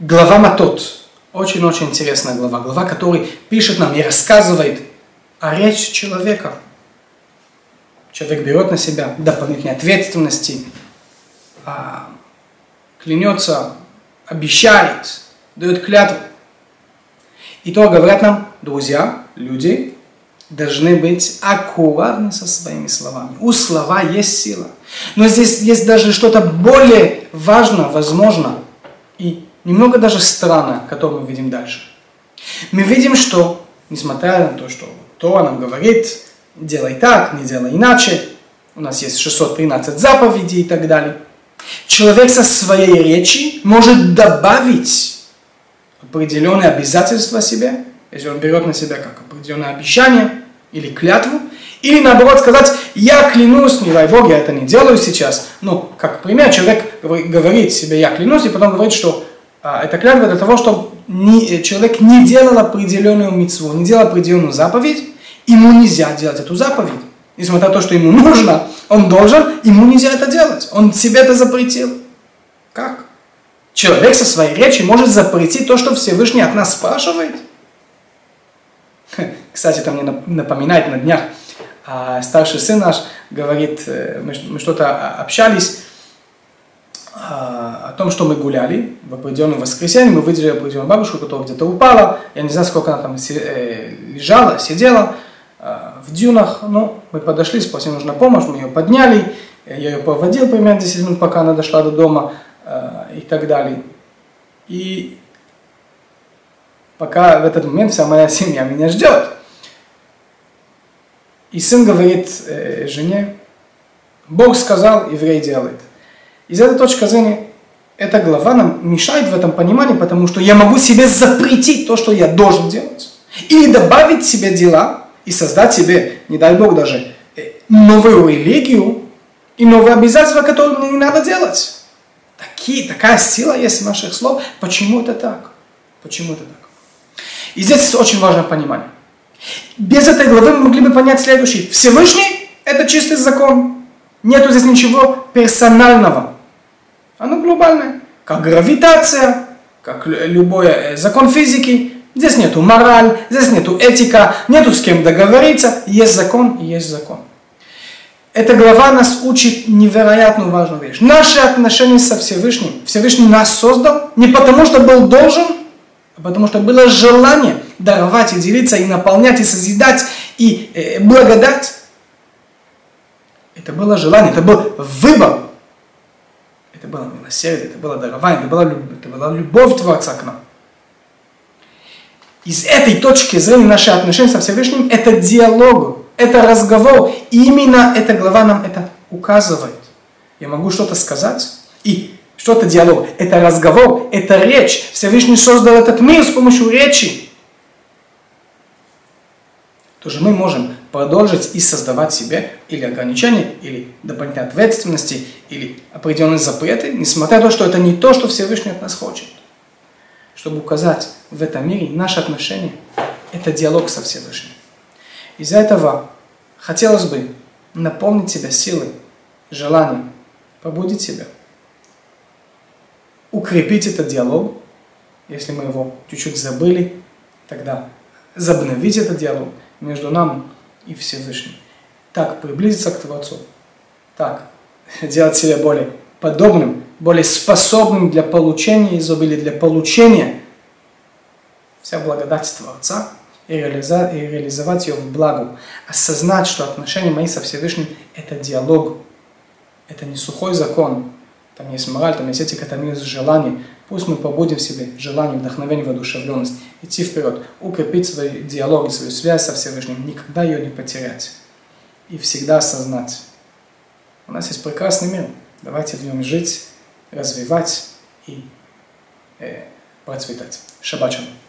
Глава Матот. Очень-очень интересная глава. Глава, которая пишет нам и рассказывает о речи человека. Человек берет на себя дополнительные ответственности, клянется, обещает, дает клятву. И то говорят нам, друзья, люди должны быть аккуратны со своими словами. У слова есть сила. Но здесь есть даже что-то более важное, возможно, и немного даже странное, которое мы видим дальше. Мы видим, что, несмотря на то, что Тора нам говорит, делай так, не делай иначе, у нас есть 613 заповедей и так далее, человек со своей речи может добавить определенные обязательства себе, если он берет на себя как определенное обещание или клятву, или наоборот сказать, я клянусь, не дай Бог, я это не делаю сейчас. Ну, как пример, человек говорит себе, я клянусь, и потом говорит, что это клятва для того, чтобы человек не делал определенную мицву, не делал определенную заповедь, ему нельзя делать эту заповедь. Несмотря на то, что ему нужно, он должен, ему нельзя это делать. Он себе это запретил. Как? Человек со своей речью может запретить то, что Всевышний от нас спрашивает. Кстати, это мне напоминает на днях, старший сын наш говорит, мы что-то общались о том, что мы гуляли в определенное воскресенье, мы видели определенную бабушку, которая где-то упала, я не знаю, сколько она там лежала, сидела в дюнах, но мы подошли, спросили, нужна помощь, мы ее подняли, я ее проводил примерно 10 минут, пока она дошла до дома и так далее. И пока в этот момент вся моя семья меня ждет. И сын говорит жене, Бог сказал, еврей делает. Из этой точки зрения, эта глава нам мешает в этом понимании, потому что я могу себе запретить то, что я должен делать, или добавить себе дела и создать себе, не дай Бог даже, новую религию и новые обязательства, которые мне не надо делать. Такая сила есть в наших слов. Почему это так? Почему это так? И здесь очень важное понимание. Без этой главы мы могли бы понять следующее. Всевышний – это чистый закон. Нету здесь ничего персонального. Оно глобальное. Как гравитация, как любой закон физики. Здесь нету мораль, здесь нету этика, нету с кем договориться. Есть закон и есть закон. Эта глава нас учит невероятную важную вещь. Наши отношения со Всевышним. Всевышний нас создал не потому, что был должен, а потому что было желание даровать и делиться, и наполнять, и созидать, и благодать. Это было желание, это был выбор. Это было милосердие, это было дарование, это была любовь Творца к нам. Из этой точки зрения наши отношения со Всевышним – это диалог, это разговор. И именно эта глава нам это указывает. Я могу что-то сказать, и что-то диалог. Это разговор, это речь. Всевышний создал этот мир с помощью речи. Тоже мы можем продолжить и создавать себе или ограничения, или дополнительные ответственности, или определенные запреты, несмотря на то, что это не то, что Всевышний от нас хочет. Чтобы указать в этом мире наши отношения, это диалог со Всевышним. Из-за этого хотелось бы наполнить себя силой, желанием, побудить себя, укрепить этот диалог. Если мы его чуть-чуть забыли, тогда возобновить этот диалог между нами и Всевышним. Так приблизиться к Творцу, так делать себя более подобным, более способным для получения изобилия, для получения вся благодать Творца и реализовать ее в благо. Осознать, что отношения мои со Всевышним – это диалог, это не сухой закон. Там есть мораль, там есть этика, там есть желание. Пусть мы побудем в себе желание, вдохновение, воодушевленность, идти вперед, укрепить свой диалог, свою связь со Всевышним, никогда ее не потерять. И всегда осознать. У нас есть прекрасный мир. Давайте в нем жить, развивать и процветать. Шаббат шалом.